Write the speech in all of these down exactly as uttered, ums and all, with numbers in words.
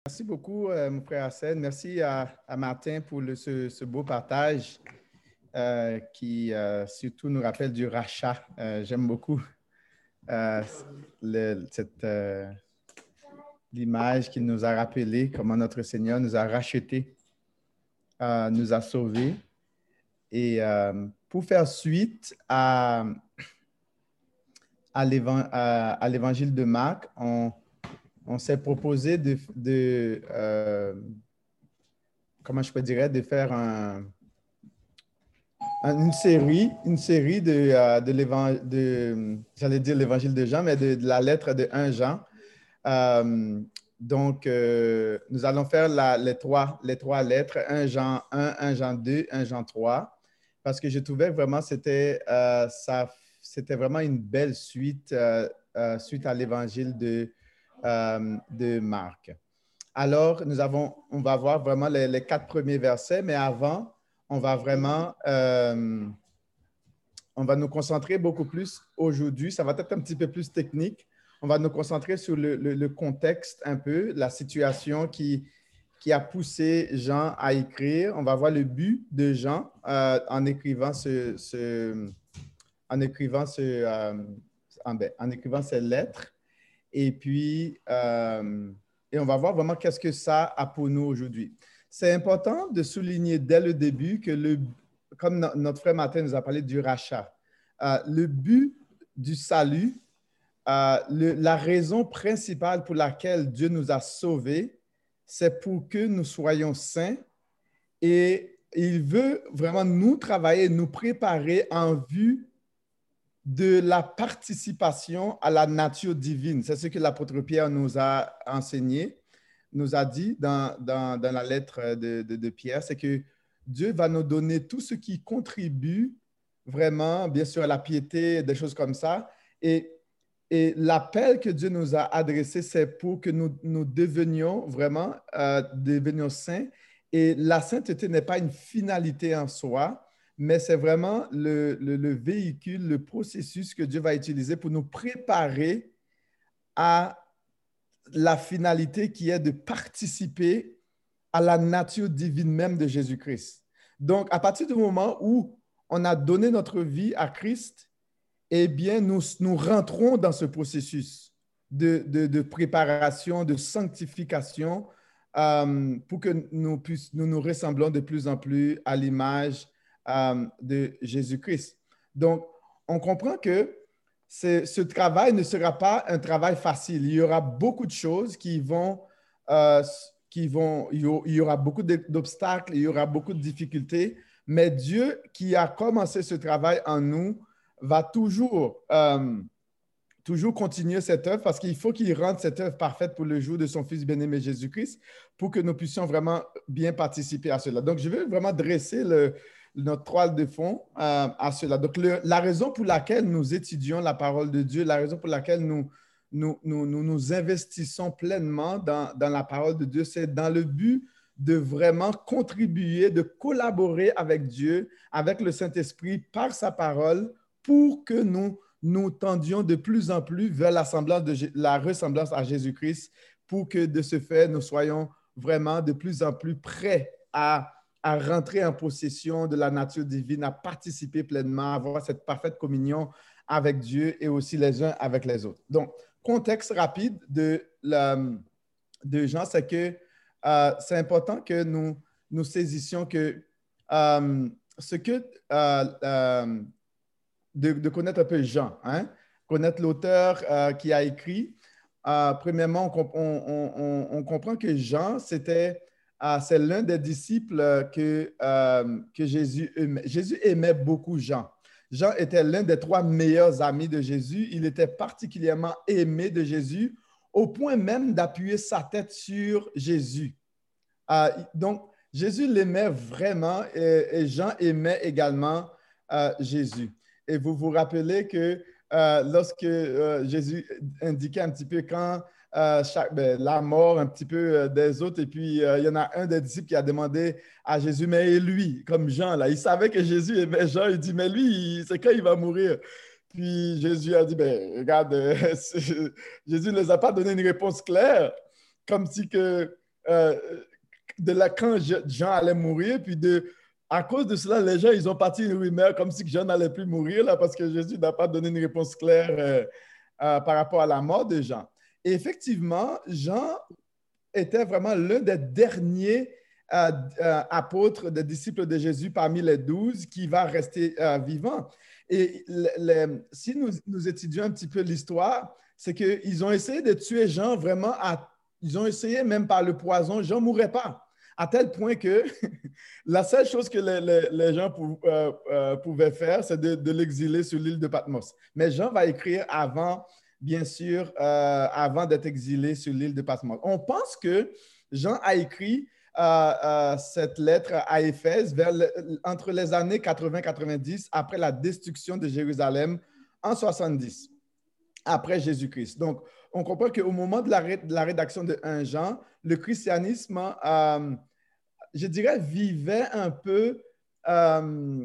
Merci beaucoup, euh, mon frère Hassan. Merci à, à Martin pour le, ce, ce beau partage euh, qui euh, surtout nous rappelle du rachat. Euh, j'aime beaucoup euh, le, cette, euh, l'image qu'il nous a rappelé, comment notre Seigneur nous a rachetés, euh, nous a sauvés. Et euh, pour faire suite à, à, l'évan- à, à l'évangile de Marc, on, on s'est proposé de, de euh, comment je peux dire, de faire un, une série, une série de, euh, de l'évangile, de, j'allais dire l'évangile de Jean, mais de, de la lettre de un Jean. Euh, donc, euh, nous allons faire la, les, trois, les trois lettres, un Jean un, un Jean deux, un Jean trois, parce que je trouvais vraiment que c'était, euh, ça, c'était vraiment une belle suite, euh, euh, suite à l'évangile de, euh, de Marc. Alors, nous avons, on va voir vraiment les, les quatre premiers versets, mais avant, on va vraiment, euh, on va nous concentrer beaucoup plus aujourd'hui. Ça va être un petit peu plus technique. On va nous concentrer sur le, le, le contexte un peu, la situation qui, qui a poussé Jean à écrire. On va voir le but de Jean euh, en écrivant ce, ce en écrivant ce, euh, en, ben, en écrivant ces lettres. Et puis, euh, et on va voir vraiment qu'est-ce que ça a pour nous aujourd'hui. C'est important de souligner dès le début que, le, comme no- notre frère Martin nous a parlé du rachat, euh, le but du salut, euh, le- la raison principale pour laquelle Dieu nous a sauvés, c'est pour que nous soyons saints et il veut vraiment nous travailler, nous préparer en vue de la participation à la nature divine. C'est ce que l'apôtre Pierre nous a enseigné, nous a dit dans, dans, dans la lettre de, de, de Pierre, c'est que Dieu va nous donner tout ce qui contribue vraiment, bien sûr, à la piété, des choses comme ça. Et, et l'appel que Dieu nous a adressé, c'est pour que nous, nous devenions vraiment, euh, devenions saints. Et la sainteté n'est pas une finalité en soi, mais c'est vraiment le, le, le véhicule, le processus que Dieu va utiliser pour nous préparer à la finalité qui est de participer à la nature divine même de Jésus-Christ. Donc, à partir du moment où on a donné notre vie à Christ, eh bien, nous, nous rentrons dans ce processus de, de, de préparation, de sanctification, euh, pour que nous, puissions, nous nous ressemblons de plus en plus à l'image euh, de Jésus-Christ. Donc, on comprend que ce travail ne sera pas un travail facile. Il y aura beaucoup de choses qui vont, euh, qui vont, il y aura beaucoup d'obstacles, il y aura beaucoup de difficultés, mais Dieu qui a commencé ce travail en nous va toujours, euh, toujours continuer cette œuvre parce qu'il faut qu'il rende cette œuvre parfaite pour le jour de son Fils bien-aimé Jésus-Christ pour que nous puissions vraiment bien participer à cela. Donc, je vais vraiment dresser le, notre toile de fond euh, à cela. Donc, le, la raison pour laquelle nous étudions la parole de Dieu, la raison pour laquelle nous nous, nous, nous, nous investissons pleinement dans, dans la parole de Dieu, c'est dans le but de vraiment contribuer, de collaborer avec Dieu, avec le Saint-Esprit, par sa parole, pour que nous nous tendions de plus en plus vers la, de, la ressemblance à Jésus-Christ, pour que de ce fait, nous soyons vraiment de plus en plus prêts à, à rentrer en possession de la nature divine, à participer pleinement, à avoir cette parfaite communion avec Dieu et aussi les uns avec les autres. Donc, contexte rapide de, la, de Jean, c'est que euh, c'est important que nous, nous saisissions que euh, ce que euh, euh, de, de, connaître un peu Jean, hein? Connaître l'auteur euh, qui a écrit. Euh, premièrement, on, on, on, on, comprend que Jean, c'était, euh, c'est l'un des disciples que, euh, que Jésus aimait. Jésus aimait beaucoup Jean. Jean était l'un des trois meilleurs amis de Jésus. Il était particulièrement aimé de Jésus, au point même d'appuyer sa tête sur Jésus. Euh, donc, Jésus l'aimait vraiment et, et Jean aimait également euh, Jésus. Et vous vous rappelez que euh, lorsque euh, Jésus indiquait un petit peu quand euh, chaque, ben, la mort un petit peu euh, des autres, et puis euh, il y en a un des disciples qui a demandé à Jésus, mais et lui, comme Jean, là, il savait que Jésus aimait Jean, il dit, mais lui, c'est quand il va mourir. Puis Jésus a dit, ben, regarde, euh, Jésus ne les a pas donné une réponse claire, comme si que euh, de la, quand Jean allait mourir, puis de, à cause de cela, les gens, ils ont parti une rumeur comme si Jean n'allait plus mourir, là, parce que Jésus n'a pas donné une réponse claire euh, euh, par rapport à la mort de Jean. Et effectivement, Jean était vraiment l'un des derniers euh, euh, apôtres, des disciples de Jésus parmi les douze qui va rester euh, vivant. Et le, le, si nous, nous étudions un petit peu l'histoire, c'est qu'ils ont essayé de tuer Jean vraiment, à, ils ont essayé même par le poison, Jean ne mourrait pas. À tel point que la seule chose que les, les, les gens pou, euh, euh, pouvaient faire, c'est de, de l'exiler sur l'île de Patmos. Mais Jean va écrire avant, bien sûr, euh, avant d'être exilé sur l'île de Patmos. On pense que Jean a écrit euh, euh, cette lettre à Éphèse vers le, entre les années quatre-vingts quatre-vingt-dix, après la destruction de Jérusalem en soixante-dix, après Jésus-Christ. Donc, on comprend qu'au moment de la, de la rédaction de premier Jean, le christianisme, euh, je dirais, vivait un peu... Euh,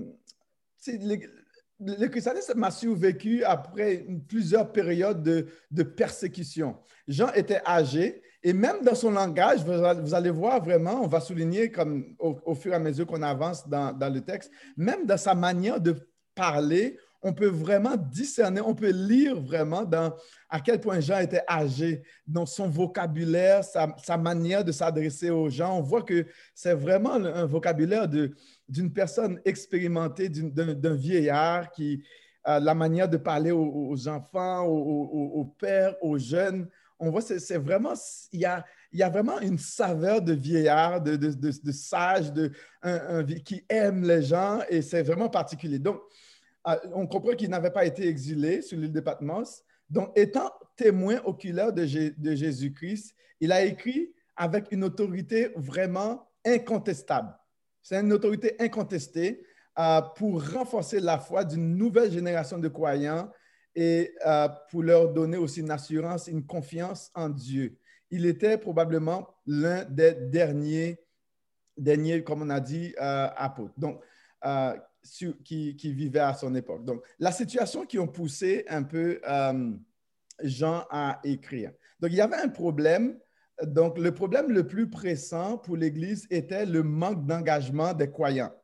le, le christianisme a survécu après plusieurs périodes de, de persécution. Jean était âgé et même dans son langage, vous allez voir vraiment, on va souligner comme au, au fur et à mesure qu'on avance dans, dans le texte, même dans sa manière de parler, on peut vraiment discerner, on peut lire vraiment dans à quel point Jean était âgé, dans son vocabulaire, sa, sa manière de s'adresser aux gens. On voit que c'est vraiment un vocabulaire de, d'une personne expérimentée, d'un, d'un vieillard, qui, euh, la manière de parler aux, aux enfants, aux, aux, aux pères, aux jeunes. On voit, c'est, c'est vraiment, il y a, il y a vraiment une saveur de vieillard, de, de, de, de sage, de, un, un, qui aime les gens, et c'est vraiment particulier. Donc, euh, on comprend qu'il n'avait pas été exilé sur l'île de Patmos. Donc, étant témoin oculaire de, J- de Jésus-Christ, il a écrit avec une autorité vraiment incontestable. C'est une autorité incontestée euh, pour renforcer la foi d'une nouvelle génération de croyants et euh, pour leur donner aussi une assurance, une confiance en Dieu. Il était probablement l'un des derniers, derniers comme on a dit, euh, apôtres. Donc, euh, qui, qui vivaient à son époque. Donc, la situation qui ont poussé un peu euh, Jean à écrire. Donc, il y avait un problème. Donc, le problème le plus pressant pour l'Église était le manque d'engagement des croyants.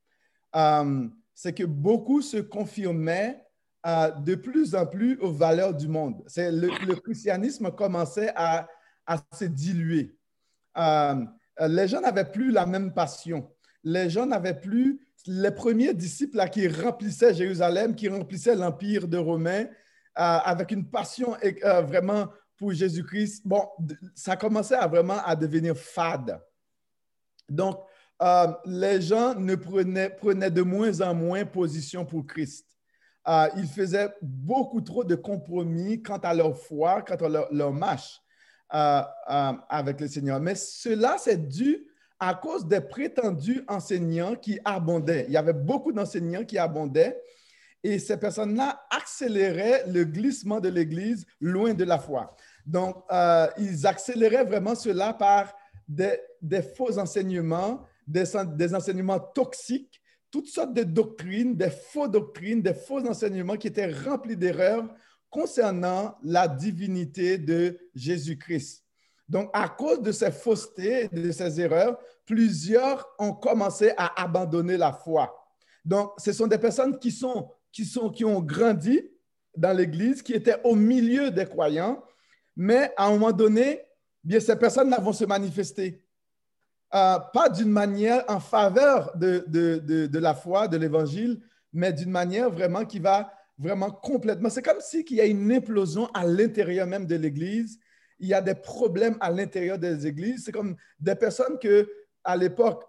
Euh, c'est que beaucoup se confirmaient euh, de plus en plus aux valeurs du monde. C'est le, le christianisme commençait à, à se diluer. Euh, les gens n'avaient plus la même passion. Les gens n'avaient plus les premiers disciples là, qui remplissaient Jérusalem, qui remplissaient l'Empire de Romains euh, avec une passion euh, vraiment pour Jésus-Christ. Bon, ça commençait à vraiment à devenir fade. Donc, euh, les gens ne prenaient, prenaient de moins en moins position pour Christ. Euh, ils faisaient beaucoup trop de compromis quant à leur foi, quant à leur, leur marche euh, euh, avec le Seigneur. Mais cela, c'est dû à cause des prétendus enseignants qui abondaient. Il y avait beaucoup d'enseignants qui abondaient et ces personnes-là accéléraient le glissement de l'Église loin de la foi. Donc, euh, ils accéléraient vraiment cela par des, des faux enseignements, des, des enseignements toxiques, toutes sortes de doctrines, des faux doctrines, des faux enseignements qui étaient remplis d'erreurs concernant la divinité de Jésus-Christ. Donc, à cause de ces faussetés, de ces erreurs, plusieurs ont commencé à abandonner la foi. Donc, ce sont des personnes qui, sont, qui, sont, qui ont grandi dans l'Église, qui étaient au milieu des croyants, mais à un moment donné, bien, ces personnes-là vont se manifester. Euh, pas d'une manière en faveur de, de, de, de la foi, de l'Évangile, mais d'une manière vraiment qui va vraiment complètement... C'est comme si il y a une implosion à l'intérieur même de l'Église. Il y a des problèmes à l'intérieur des églises. C'est comme des personnes que, à l'époque,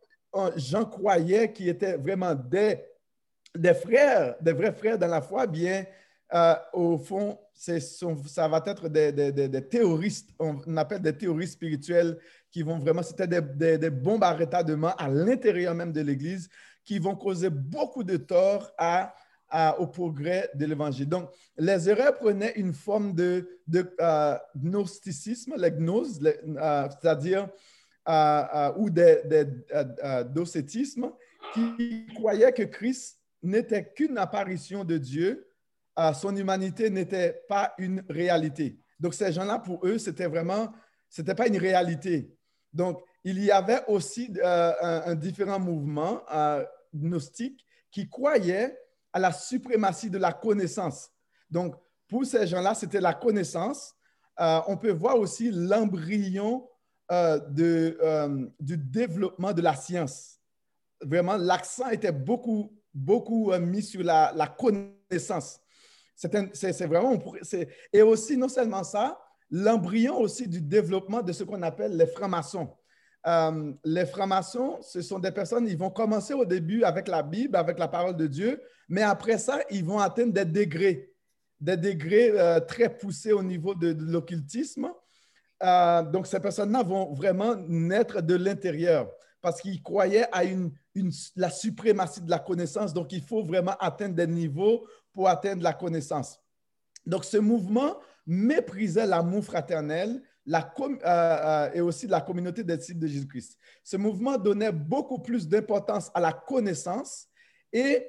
Jean croyait qui étaient vraiment des, des frères, des vrais frères dans la foi, bien, euh, au fond, c'est, ça va être des, des, des, des théoristes, on appelle des théoristes spirituels qui vont vraiment, c'était des, des, des bombes à retardement à l'intérieur même de l'Église qui vont causer beaucoup de tort à, à, au progrès de l'Évangile. Donc, les erreurs prenaient une forme de, de euh, gnosticisme, la gnose, le, euh, c'est-à-dire, euh, euh, ou des, des, euh, euh, docétisme, qui croyaient que Christ n'était qu'une apparition de Dieu, euh, son humanité n'était pas une réalité. Donc, ces gens-là, pour eux, c'était vraiment, c'était pas une réalité. Donc, il y avait aussi euh, un, un différent mouvement euh, gnostique qui croyait à la suprématie de la connaissance. Donc, pour ces gens-là, c'était la connaissance. Euh, on peut voir aussi l'embryon euh, de, euh, du développement de la science. Vraiment, l'accent était beaucoup, beaucoup euh, mis sur la, la connaissance. C'est vraiment, et aussi, non seulement ça, l'embryon aussi du développement de ce qu'on appelle les francs-maçons. Euh, les francs-maçons, ce sont des personnes, ils vont commencer au début avec la Bible, avec la parole de Dieu, mais après ça, ils vont atteindre des degrés, des degrés euh, très poussés au niveau de, de l'occultisme. Euh, donc, ces personnes-là vont vraiment naître de l'intérieur parce qu'ils croyaient à une, une, la suprématie de la connaissance. Donc, il faut vraiment atteindre des niveaux pour atteindre la connaissance. Donc, ce mouvement méprisait l'amour fraternel la, euh, euh, et aussi la communauté des disciples de Jésus-Christ. Ce mouvement donnait beaucoup plus d'importance à la connaissance et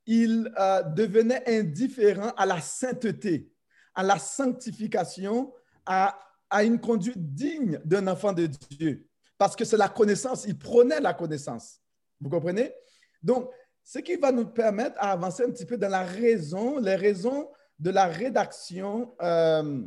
il euh, devenait indifférent à la sainteté, à la sanctification, à, à une conduite digne d'un enfant de Dieu. Parce que c'est la connaissance, il prônait la connaissance. Vous comprenez? Donc, ce qui va nous permettre d'avancer un petit peu dans la raison, les raisons de la rédaction euh,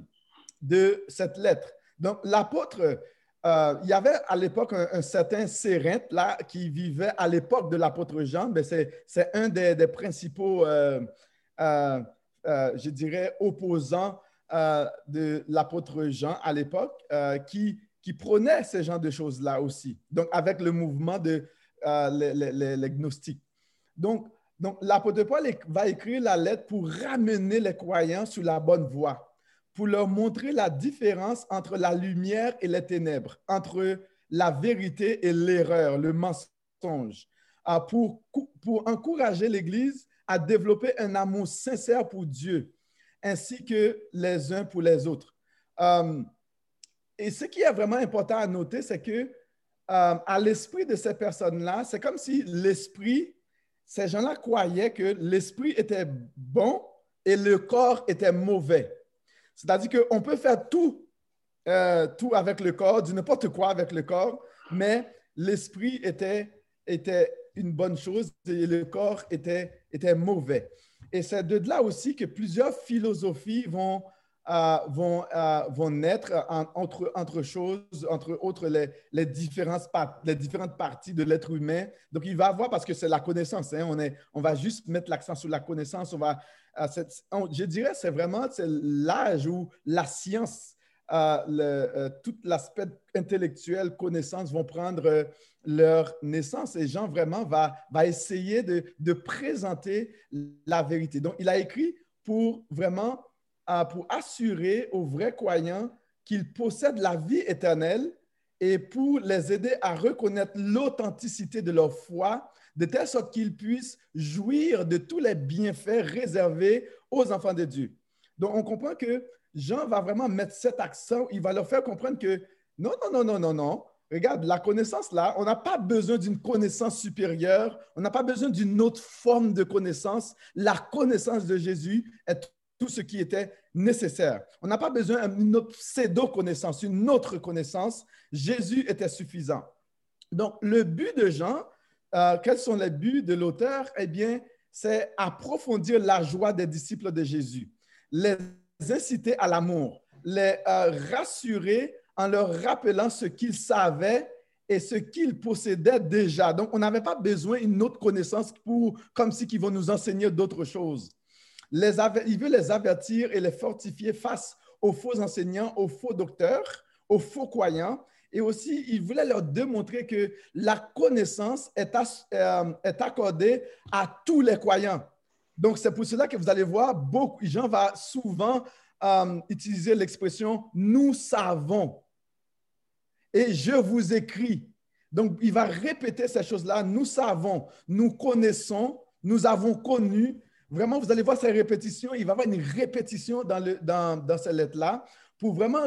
de cette lettre. Donc, l'apôtre, euh, il y avait à l'époque un, un certain Cérinthe là, qui vivait à l'époque de l'apôtre Jean. C'est, c'est un des, des principaux, euh, euh, euh, je dirais, opposants euh, de l'apôtre Jean à l'époque, euh, qui, qui prônait ce genre de choses-là aussi. Donc, avec le mouvement de euh, les, les, les gnostiques. Donc, donc l'apôtre Paul va écrire la lettre pour ramener les croyants sur la bonne voie, pour leur montrer la différence entre la lumière et les ténèbres, entre la vérité et l'erreur, le mensonge, pour, pour encourager l'Église à développer un amour sincère pour Dieu, ainsi que les uns pour les autres. Et ce qui est vraiment important à noter, c'est que à l'esprit de ces personnes-là, c'est comme si l'esprit ces gens-là croyaient que l'esprit était bon et le corps était mauvais. C'est-à-dire qu'on peut faire tout, euh, tout avec le corps, du n'importe quoi avec le corps, mais l'esprit était, était une bonne chose et le corps était, était mauvais. Et c'est de là aussi que plusieurs philosophies vont, euh, vont, euh, vont naître en, entre, entre choses, entre autres les, les, différentes les différentes parties de l'être humain. Donc, il va avoir, parce que c'est la connaissance, hein, on, est, on va juste mettre l'accent sur la connaissance. On va, euh, on, je dirais c'est vraiment l'âge où la science, euh, le, euh, tout l'aspect intellectuel, connaissance vont prendre euh, leur naissance et Jean vraiment va, va essayer de, de présenter la vérité. Donc, il a écrit pour vraiment pour assurer aux vrais croyants qu'ils possèdent la vie éternelle et pour les aider à reconnaître l'authenticité de leur foi, de telle sorte qu'ils puissent jouir de tous les bienfaits réservés aux enfants de Dieu. Donc, on comprend que Jean va vraiment mettre cet accent, il va leur faire comprendre que non, non, non, non, non, non. Regarde, la connaissance là, on n'a pas besoin d'une connaissance supérieure, on n'a pas besoin d'une autre forme de connaissance. La connaissance de Jésus est tout ce qui était nécessaire. On n'a pas besoin d'une autre pseudo-connaissance, une autre connaissance. Jésus était suffisant. Donc, le but de Jean, euh, quels sont les buts de l'auteur? Eh bien, c'est approfondir la joie des disciples de Jésus, les inciter à l'amour, les euh, rassurer en leur rappelant ce qu'ils savaient et ce qu'ils possédaient déjà. Donc, on n'avait pas besoin d'une autre connaissance pour, comme si ils vont nous enseigner d'autres choses. Les, il veut les avertir et les fortifier face aux faux enseignants, aux faux docteurs, aux faux croyants. Et aussi, il voulait leur démontrer que la connaissance est, à, euh, est accordée à tous les croyants. Donc, c'est pour cela que vous allez voir, beaucoup, Jean va souvent euh, utiliser l'expression « nous savons » et « je vous écris ». Donc, il va répéter ces choses-là. Nous savons, nous connaissons, nous avons connu. Vraiment, vous allez voir ces répétitions. Il va y avoir une répétition dans, le, dans, dans ces lettres-là pour vraiment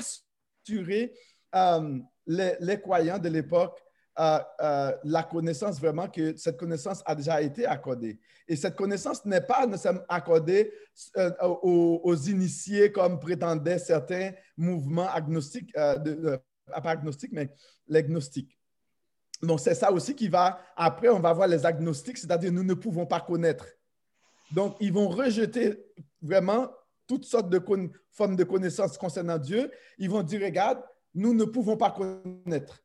rassurer euh, les, les croyants de l'époque, euh, euh, la connaissance vraiment que cette connaissance a déjà été accordée. Et cette connaissance n'est pas nécessairement accordée euh, aux, aux initiés comme prétendaient certains mouvements agnostiques, euh, de, de, pas agnostiques, mais les gnostiques. Donc, c'est ça aussi qui va, après, on va voir les agnostiques, c'est-à-dire nous ne pouvons pas connaître. Donc, ils vont rejeter vraiment toutes sortes de formes de connaissances concernant Dieu. Ils vont dire, regarde, nous ne pouvons pas connaître.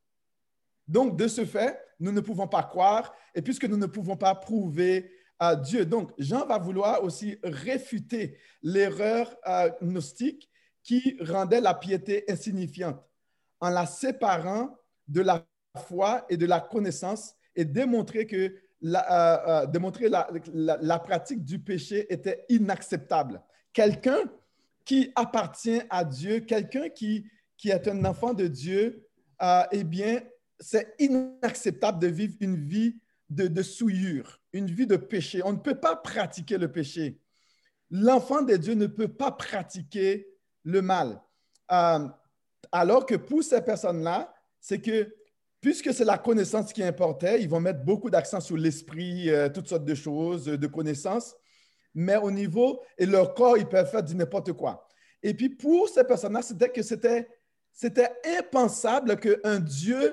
Donc, de ce fait, nous ne pouvons pas croire, et puisque nous ne pouvons pas prouver euh, Dieu. Donc, Jean va vouloir aussi réfuter l'erreur euh, gnostique qui rendait la piété insignifiante en la séparant de la foi et de la connaissance et démontrer que la, euh, euh, démontrer la, la, la pratique du péché était inacceptable. Quelqu'un qui appartient à Dieu, quelqu'un qui, qui est un enfant de Dieu, euh, eh bien, c'est inacceptable de vivre une vie de, de souillure, une vie de péché. On ne peut pas pratiquer le péché. L'enfant de Dieu ne peut pas pratiquer le mal. Euh, alors que pour ces personnes-là, c'est que puisque c'est la connaissance qui importait, ils vont mettre beaucoup d'accent sur l'esprit, euh, toutes sortes de choses, de connaissances, mais au niveau, et leur corps, ils peuvent faire du n'importe quoi. Et puis pour ces personnes-là, c'était que c'était, c'était impensable qu'un Dieu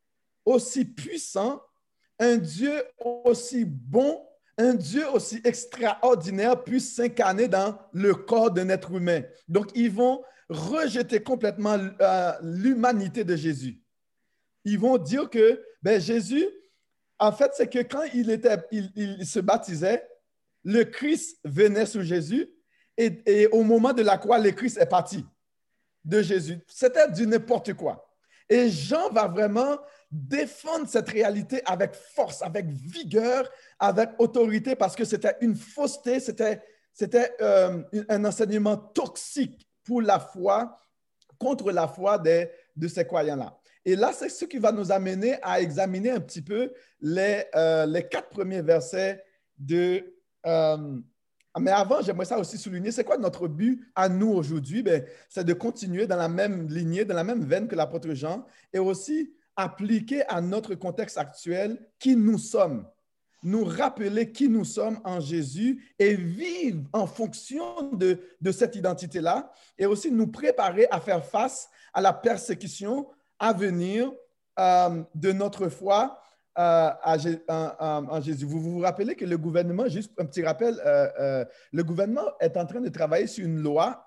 aussi puissant, un Dieu aussi bon, un Dieu aussi extraordinaire puisse s'incarner dans le corps d'un être humain. Donc, ils vont rejeter complètement euh, l'humanité de Jésus. Ils vont dire que ben, Jésus, en fait, c'est que quand il, était, il, il se baptisait, le Christ venait sur Jésus et, et au moment de la croix, le Christ est parti de Jésus. C'était du n'importe quoi. Et Jean va vraiment défendre cette réalité avec force, avec vigueur, avec autorité, parce que c'était une fausseté, c'était, c'était euh, un enseignement toxique pour la foi, contre la foi des, de ces croyants-là. Et là, c'est ce qui va nous amener à examiner un petit peu les, euh, les quatre premiers versets de... Euh, mais avant, j'aimerais ça aussi souligner, c'est quoi notre but à nous aujourd'hui? Ben, c'est de continuer dans la même lignée, dans la même veine que l'apôtre Jean, et aussi appliquer à notre contexte actuel qui nous sommes. Nous rappeler qui nous sommes en Jésus et vivre en fonction de, de cette identité-là, et aussi nous préparer à faire face à la persécution à venir euh, de notre foi euh, à, en, en Jésus. Vous vous rappelez que le gouvernement, juste un petit rappel, euh, euh, le gouvernement est en train de travailler sur une loi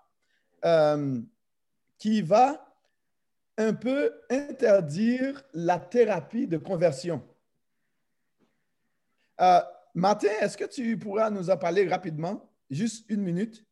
euh, qui va un peu interdire la thérapie de conversion. Euh, Martin, est-ce que tu pourras nous en parler rapidement? Juste une minute.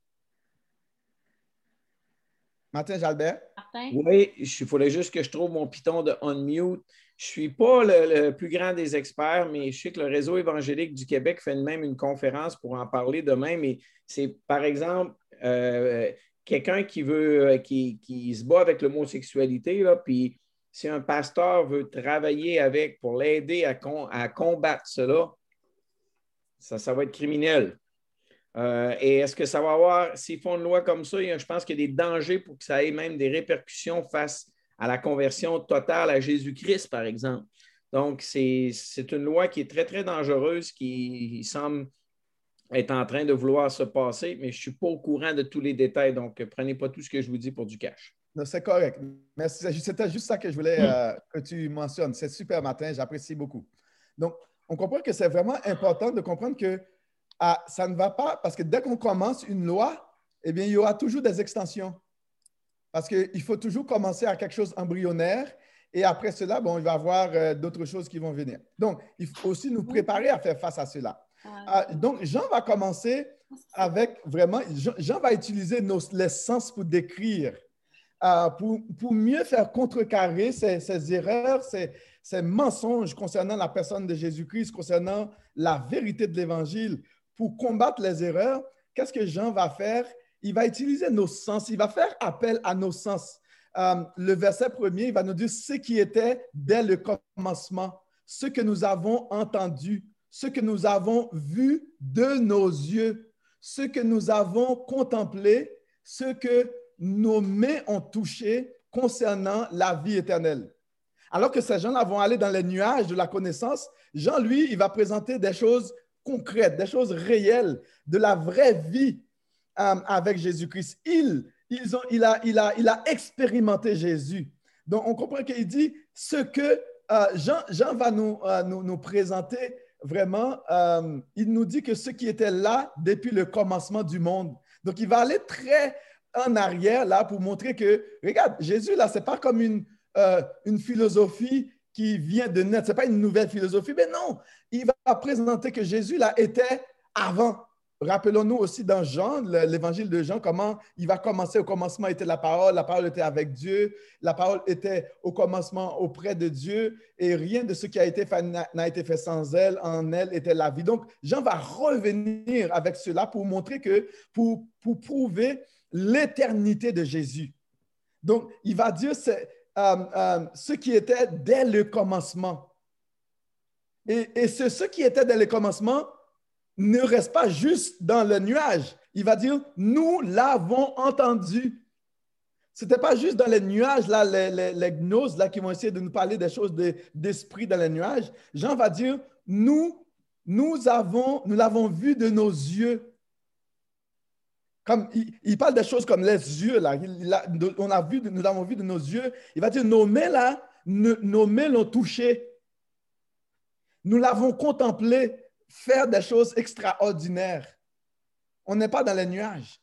Martin Jalbert. Martin? Oui, il faudrait juste que je trouve mon piton de unmute. Je ne suis pas le, le plus grand des experts, mais je sais que le Réseau évangélique du Québec fait même une conférence pour en parler demain. Mais c'est, par exemple, euh, quelqu'un qui veut, qui, qui se bat avec l'homosexualité, là, puis si un pasteur veut travailler avec pour l'aider à, con, à combattre cela, ça, ça va être criminel. Euh, et est-ce que ça va avoir, s'ils font une loi comme ça, je pense qu'il y a des dangers pour que ça ait même des répercussions face à la conversion totale à Jésus-Christ, par exemple. Donc, c'est, c'est une loi qui est très, très dangereuse, qui semble être en train de vouloir se passer, mais je ne suis pas au courant de tous les détails, donc prenez pas tout ce que je vous dis pour du cash. Non, c'est correct. Merci. C'était juste ça que je voulais euh, que tu mentionnes. C'est super, Martin, j'apprécie beaucoup. Donc, on comprend que c'est vraiment important de comprendre que ah, ça ne va pas, parce que dès qu'on commence une loi, eh bien, il y aura toujours des extensions. Parce qu'il faut toujours commencer à quelque chose embryonnaire et après cela, bon, il va y avoir euh, d'autres choses qui vont venir. Donc, il faut aussi nous préparer à faire face à cela. Euh, donc, Jean va commencer avec vraiment, Jean, Jean va utiliser nos, les sens pour décrire, euh, pour, pour mieux faire contrecarrer ces, ces erreurs, ces, ces mensonges concernant la personne de Jésus-Christ, concernant la vérité de l'Évangile. Pour combattre les erreurs, qu'est-ce que Jean va faire? Il va utiliser nos sens, il va faire appel à nos sens. Euh, le verset premier, il va nous dire ce qui était dès le commencement, ce que nous avons entendu, ce que nous avons vu de nos yeux, ce que nous avons contemplé, ce que nos mains ont touché concernant la vie éternelle. Alors que ces gens-là vont aller dans les nuages de la connaissance, Jean, lui, il va présenter des choses concrètes, des choses réelles, de la vraie vie euh, avec Jésus-Christ. Il, ils ont, il, a, il, a, il a expérimenté Jésus. Donc, on comprend qu'il dit ce que euh, Jean, Jean va nous, euh, nous, nous présenter vraiment. Euh, il nous dit que ce qui était là depuis le commencement du monde. Donc, il va aller très en arrière là pour montrer que, regarde, Jésus, là, ce n'est pas comme une, euh, une philosophie qui vient de naître. Ce n'est pas une nouvelle philosophie, mais non, il va présenter que Jésus, là, était avant. Rappelons-nous aussi dans Jean, l'évangile de Jean, comment il va commencer. Au commencement était la parole, la parole était avec Dieu, la parole était au commencement auprès de Dieu, et rien de ce qui a été fait n'a été fait sans elle. En elle était la vie. Donc, Jean va revenir avec cela pour montrer que, pour, pour prouver l'éternité de Jésus. Donc, il va dire c'est, euh, euh, ce qui était dès le commencement. Et, et ce, ce qui était dès le commencement ne reste pas juste dans le nuage. Il va dire, nous l'avons entendu. Ce n'était pas juste dans les nuages, là, les, les, les gnoses là, qui vont essayer de nous parler des choses de, d'esprit dans les nuages. Jean va dire, nous, nous, avons, nous l'avons vu de nos yeux. Comme, il, il parle des choses comme les yeux. Là. Il, a, on a vu, nous l'avons vu de nos yeux. Il va dire, nos mains, là, ne, nos mains l'ont touché. Nous l'avons contemplé faire des choses extraordinaires. On n'est pas dans les nuages.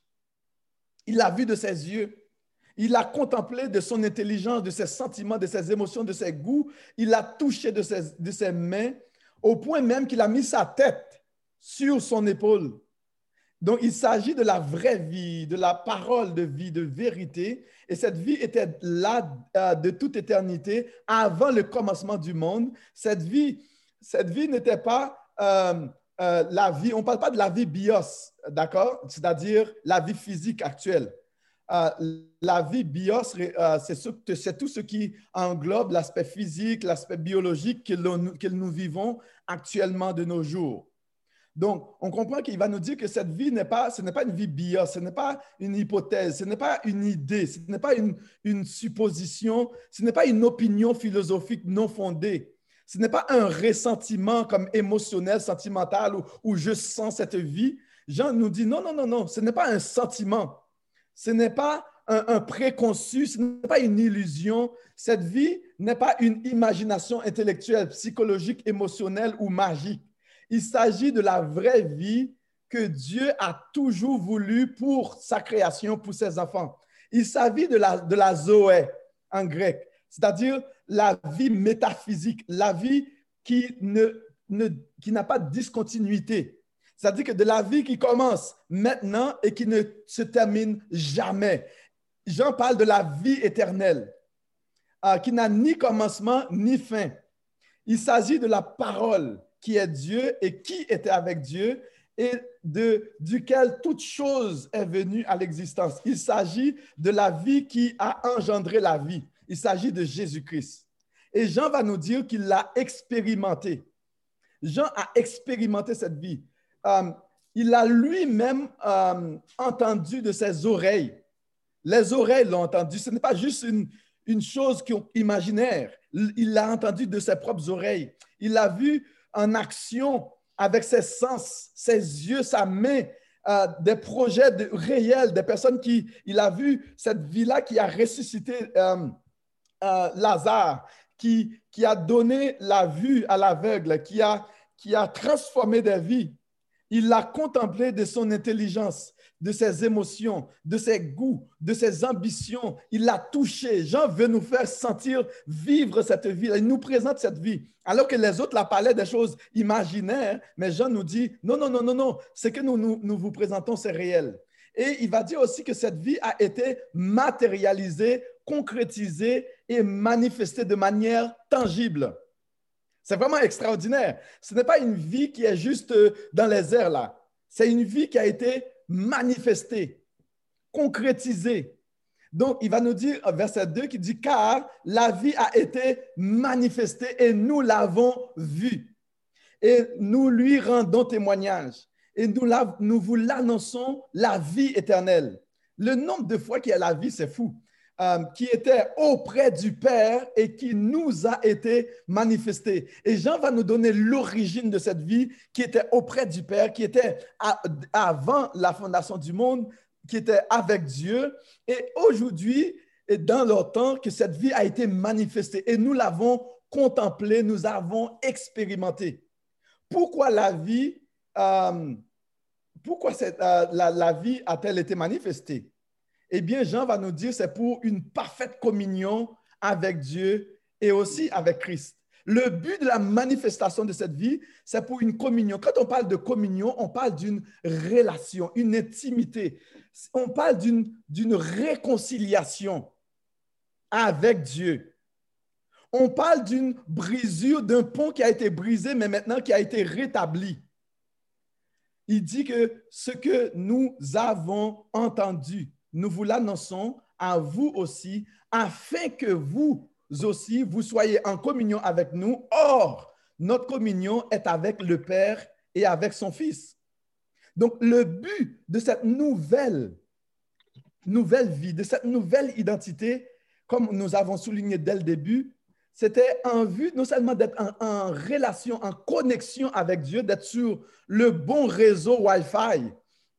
Il l'a vu de ses yeux. Il l'a contemplé de son intelligence, de ses sentiments, de ses émotions, de ses goûts. Il l'a touché de ses, de ses mains, au point même qu'il a mis sa tête sur son épaule. Donc, il s'agit de la vraie vie, de la parole de vie, de vérité. Et cette vie était là euh, de toute éternité, avant le commencement du monde. Cette vie, cette vie n'était pas Euh, euh, la vie, on ne parle pas de la vie bios, d'accord? C'est-à-dire la vie physique actuelle. Euh, la vie bios, euh, c'est, ce, c'est tout ce qui englobe l'aspect physique, l'aspect biologique que, l'on, que nous vivons actuellement de nos jours. Donc, on comprend qu'il va nous dire que cette vie n'est pas, ce n'est pas une vie bios, ce n'est pas une hypothèse, ce n'est pas une idée, ce n'est pas une, une supposition, ce n'est pas une opinion philosophique non fondée. Ce n'est pas un ressentiment comme émotionnel, sentimental, où, où je sens cette vie. Jean nous dit non, non, non, non, ce n'est pas un sentiment. Ce n'est pas un, un préconçu, ce n'est pas une illusion. Cette vie n'est pas une imagination intellectuelle, psychologique, émotionnelle ou magique. Il s'agit de la vraie vie que Dieu a toujours voulu pour sa création, pour ses enfants. Il s'agit de la, de la zoé en grec, c'est-à-dire la vie métaphysique, la vie qui, ne, ne, qui n'a pas de discontinuité. C'est-à-dire que de la vie qui commence maintenant et qui ne se termine jamais. Jean parle de la vie éternelle, euh, qui n'a ni commencement ni fin. Il s'agit de la parole qui est Dieu et qui était avec Dieu et de, duquel toute chose est venue à l'existence. Il s'agit de la vie qui a engendré la vie. Il s'agit de Jésus-Christ. Et Jean va nous dire qu'il l'a expérimenté. Jean a expérimenté cette vie. Euh, il a lui-même euh, entendu de ses oreilles. Les oreilles l'ont entendu. Ce n'est pas juste une, une chose imaginaire. Il l'a entendu de ses propres oreilles. Il l'a vu en action avec ses sens, ses yeux, sa main, euh, des projets de, réels, des personnes qui... Il a vu cette vie-là qui a ressuscité euh, euh, Lazare, qui, qui a donné la vue à l'aveugle, qui a, qui a transformé des vies. Il l'a contemplé de son intelligence, de ses émotions, de ses goûts, de ses ambitions. Il l'a touché. Jean veut nous faire sentir, vivre cette vie. Il nous présente cette vie. Alors que les autres la parlaient des choses imaginaires, mais Jean nous dit, non, non, non, non, non, ce que nous, nous, nous vous présentons, c'est réel. Et il va dire aussi que cette vie a été matérialisée, concrétisée et manifestée de manière tangible. C'est vraiment extraordinaire. Ce n'est pas une vie qui est juste dans les airs là. C'est une vie qui a été manifestée, concrétisée. Donc, il va nous dire, verset deux, qui dit « Car la vie a été manifestée et nous l'avons vue. Et nous lui rendons témoignage. Et nous, la, nous vous l'annonçons, la vie éternelle. » Le nombre de fois qu'il y a la vie, c'est fou. Euh, qui était auprès du Père et qui nous a été manifesté. Et Jean va nous donner l'origine de cette vie qui était auprès du Père, qui était à, avant la fondation du monde, qui était avec Dieu. Et aujourd'hui, et dans leur temps que cette vie a été manifestée et nous l'avons contemplée, nous avons expérimenté. Pourquoi la vie, euh, pourquoi cette, euh, la, la vie a-t-elle été manifestée? Eh bien, Jean va nous dire c'est pour une parfaite communion avec Dieu et aussi avec Christ. Le but de la manifestation de cette vie, c'est pour une communion. Quand on parle de communion, on parle d'une relation, une intimité. On parle d'une, d'une réconciliation avec Dieu. On parle d'une brisure, d'un pont qui a été brisé, mais maintenant qui a été rétabli. Il dit que ce que nous avons entendu, nous vous l'annonçons à vous aussi, afin que vous aussi, vous soyez en communion avec nous. Or, notre communion est avec le Père et avec son Fils. Donc, le but de cette nouvelle, nouvelle vie, de cette nouvelle identité, comme nous avons souligné dès le début, c'était en vue non seulement d'être en, en relation, en connexion avec Dieu, d'être sur le bon réseau Wi-Fi,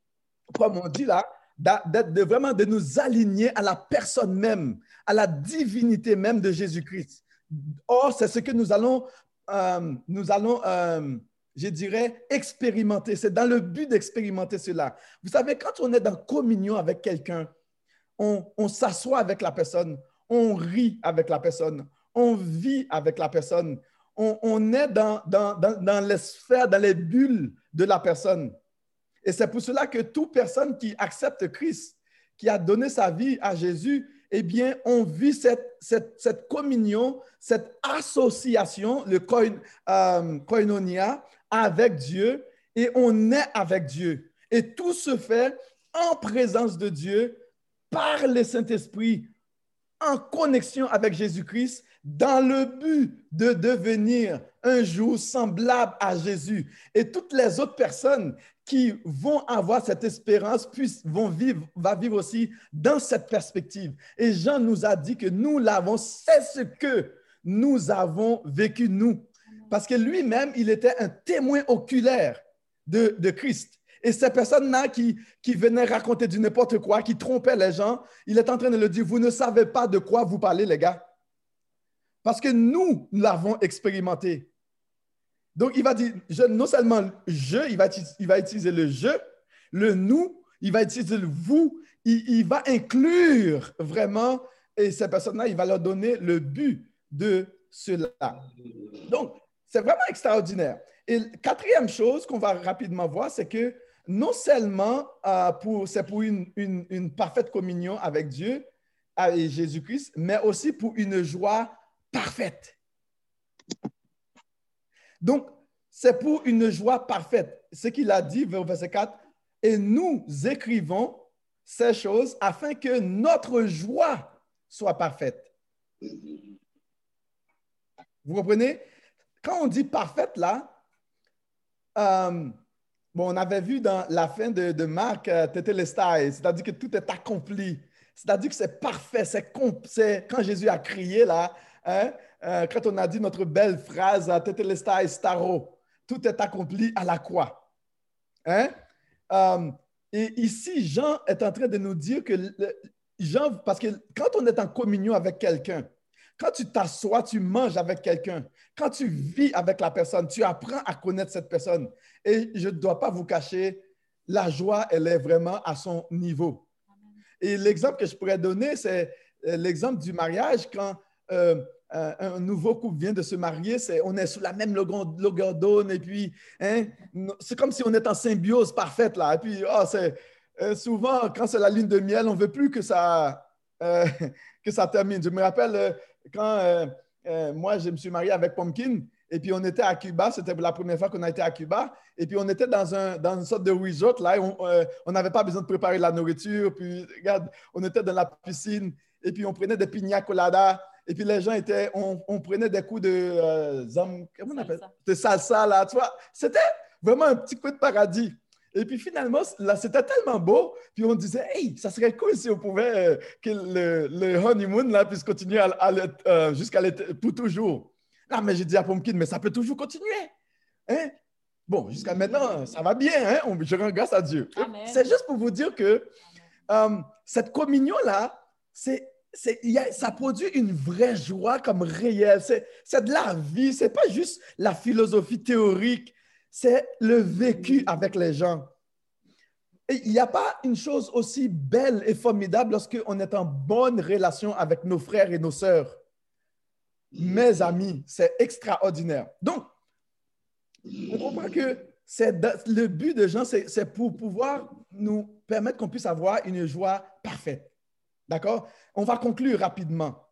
comme on dit là, d'être de vraiment de nous aligner à la personne même, à la divinité même de Jésus-Christ. Or, c'est ce que nous allons, euh, nous allons euh, je dirais, expérimenter. C'est dans le but d'expérimenter cela. Vous savez, quand on est dans communion avec quelqu'un, on, on s'assoit avec la personne, on rit avec la personne, on vit avec la personne, on, on est dans, dans, dans, dans les sphères, dans les bulles de la personne. Et c'est pour cela que toute personne qui accepte Christ, qui a donné sa vie à Jésus, eh bien, on vit cette, cette, cette communion, cette association, le koin, euh, koinonia, avec Dieu, et on est avec Dieu. Et tout se fait en présence de Dieu, par le Saint-Esprit, en connexion avec Jésus-Christ, dans le but de devenir un jour semblable à Jésus. Et toutes les autres personnes qui vont avoir cette espérance puissent, vont vivre, va vivre aussi dans cette perspective. Et Jean nous a dit que nous l'avons, c'est ce que nous avons vécu nous. Parce que lui-même, il était un témoin oculaire de, de Christ. Et ces personnes-là qui, qui venaient raconter du n'importe quoi, qui trompaient les gens, il est en train de leur dire, vous ne savez pas de quoi vous parlez, les gars. Parce que nous l'avons expérimenté. Donc, il va dire, je, non seulement je, il va, il va utiliser le je, le nous, il va utiliser le vous, il, il va inclure vraiment, et ces personnes-là, il va leur donner le but de cela. Donc, c'est vraiment extraordinaire. Et quatrième chose qu'on va rapidement voir, c'est que non seulement euh, pour, c'est pour une, une, une parfaite communion avec Dieu et Jésus-Christ, mais aussi pour une joie parfaite. Donc, c'est pour une joie parfaite. Ce qu'il a dit, verset quatre, « Et nous écrivons ces choses afin que notre joie soit parfaite. » Vous comprenez? Quand on dit parfaite, là, euh, bon, on avait vu dans la fin de, de Marc, euh, Tetelestai, c'est-à-dire que tout est accompli. C'est-à-dire que c'est parfait. C'est, c'est quand Jésus a crié, là, hein, euh, quand on a dit notre belle phrase, Tetelestai staro, tout est accompli à la croix. Hein? Euh, et ici, Jean est en train de nous dire que, le, Jean, parce que quand on est en communion avec quelqu'un, quand tu t'assois, tu manges avec quelqu'un, quand tu vis avec la personne, tu apprends à connaître cette personne. Et je ne dois pas vous cacher, la joie, elle est vraiment à son niveau. Et l'exemple que je pourrais donner, c'est l'exemple du mariage. Quand euh, un nouveau couple vient de se marier, c'est, on est sous la même longueur d'onde, et puis hein, c'est comme si on est en symbiose parfaite, là. Et puis, oh, c'est, euh, souvent, quand c'est la lune de miel, on ne veut plus que ça, euh, que ça termine. Je me rappelle euh, quand euh, euh, moi, je me suis marié avec Pumpkin, et puis on était à Cuba, c'était la première fois qu'on a été à Cuba, et puis on était dans, un, dans une sorte de resort, là, on n'avait euh, pas besoin de préparer la nourriture, puis regarde, on était dans la piscine, et puis on prenait des piña coladas, et puis les gens étaient, on, on prenait des coups de, euh, zam, comment on appelle? de salsa, là, tu vois, c'était vraiment un petit coup de paradis. Et puis finalement, là, c'était tellement beau, puis on disait, hey, ça serait cool si on pouvait euh, que le, le honeymoon là, puisse continuer à, à euh, jusqu'à l'été, pour toujours. Ah, mais j'ai dit à Pumpkin, mais ça peut toujours continuer. Hein? Bon, jusqu'à maintenant, ça va bien, hein? On, je rends grâce à Dieu. Amen. C'est juste pour vous dire que euh, cette communion-là, c'est c'est, il y a, ça produit une vraie joie comme réelle. C'est, c'est de la vie, c'est pas juste la philosophie théorique, c'est le vécu avec les gens. Et il n'y a pas une chose aussi belle et formidable lorsqu'on est en bonne relation avec nos frères et nos sœurs. Mes amis, c'est extraordinaire. Donc, on comprend que c'est le but de Jean, c'est, c'est pour pouvoir nous permettre qu'on puisse avoir une joie parfaite. D'accord? On va conclure rapidement.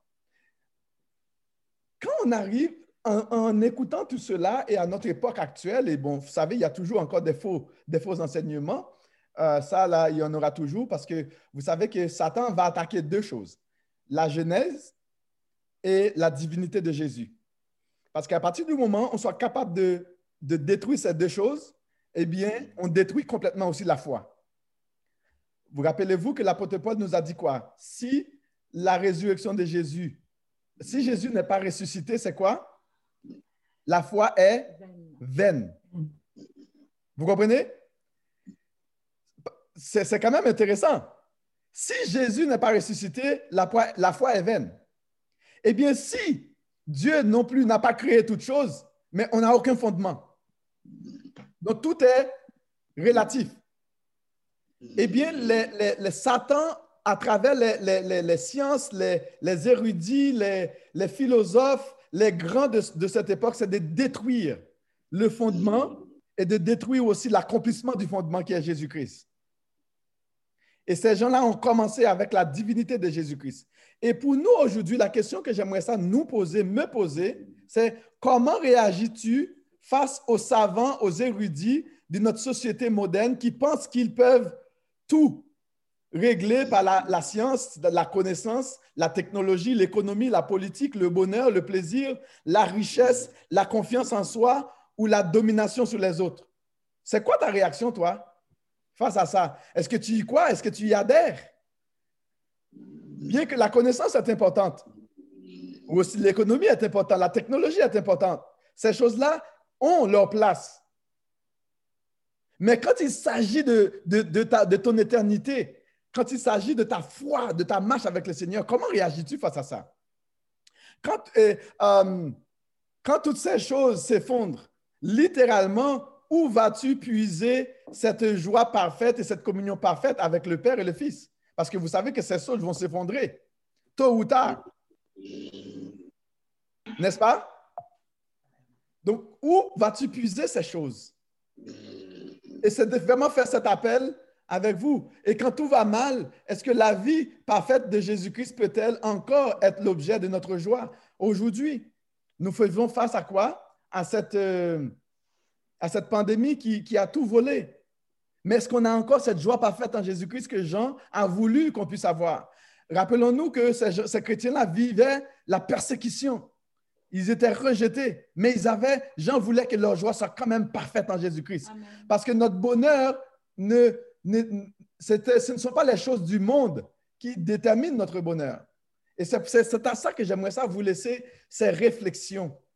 Quand on arrive en, en écoutant tout cela et à notre époque actuelle, et bon, vous savez, il y a toujours encore des faux, des faux enseignements. Euh, ça, là, il y en aura toujours parce que vous savez que Satan va attaquer deux choses. La Genèse et la divinité de Jésus. Parce qu'à partir du moment où on soit capable de, de détruire ces deux choses, eh bien, on détruit complètement aussi la foi. Vous rappelez-vous que l'apôtre Paul nous a dit quoi? Si la résurrection de Jésus, si Jésus n'est pas ressuscité, c'est quoi? La foi est vaine. Vous comprenez? C'est, c'est quand même intéressant. Si Jésus n'est pas ressuscité, la, la foi est vaine. Eh bien, si Dieu non plus n'a pas créé toute chose, mais on n'a aucun fondement. Donc, tout est relatif. Eh bien, les, les, les Satan, à travers les, les, les, les sciences, les, les érudits, les, les philosophes, les grands de, de cette époque, c'est de détruire le fondement et de détruire aussi l'accomplissement du fondement qui est Jésus-Christ. Et ces gens-là ont commencé avec la divinité de Jésus-Christ. Et pour nous, aujourd'hui, la question que j'aimerais ça nous poser, me poser, c'est comment réagis-tu face aux savants, aux érudits de notre société moderne qui pensent qu'ils peuvent tout régler par la, la science, la connaissance, la technologie, l'économie, la politique, le bonheur, le plaisir, la richesse, la confiance en soi ou la domination sur les autres. C'est quoi ta réaction, toi, face à ça? Est-ce que tu y crois? Est-ce que tu y adhères? Bien que la connaissance est importante, ou aussi l'économie est importante, la technologie est importante, ces choses-là ont leur place. Mais quand il s'agit de, de, de, ta, de ton éternité, quand il s'agit de ta foi, de ta marche avec le Seigneur, comment réagis-tu face à ça? Quand, euh, euh, quand toutes ces choses s'effondrent, littéralement, où vas-tu puiser cette joie parfaite et cette communion parfaite avec le Père et le Fils? Parce que vous savez que ces choses vont s'effondrer, tôt ou tard. N'est-ce pas? Donc, où vas-tu puiser ces choses? Et c'est de vraiment faire cet appel avec vous. Et quand tout va mal, est-ce que la vie parfaite de Jésus-Christ peut-elle encore être l'objet de notre joie? Aujourd'hui, nous faisons face à quoi? À cette, euh, à cette pandémie qui, qui a tout volé. Mais est-ce qu'on a encore cette joie parfaite en Jésus-Christ que Jean a voulu qu'on puisse avoir? Rappelons-nous que ces, ces chrétiens-là vivaient la persécution. Ils étaient rejetés, mais ils avaient, Jean voulait que leur joie soit quand même parfaite en Jésus-Christ. Amen. Parce que notre bonheur, ne, ne, ce ne sont pas les choses du monde qui déterminent notre bonheur. Et c'est, c'est, c'est à ça que j'aimerais ça vous laisser ces réflexions.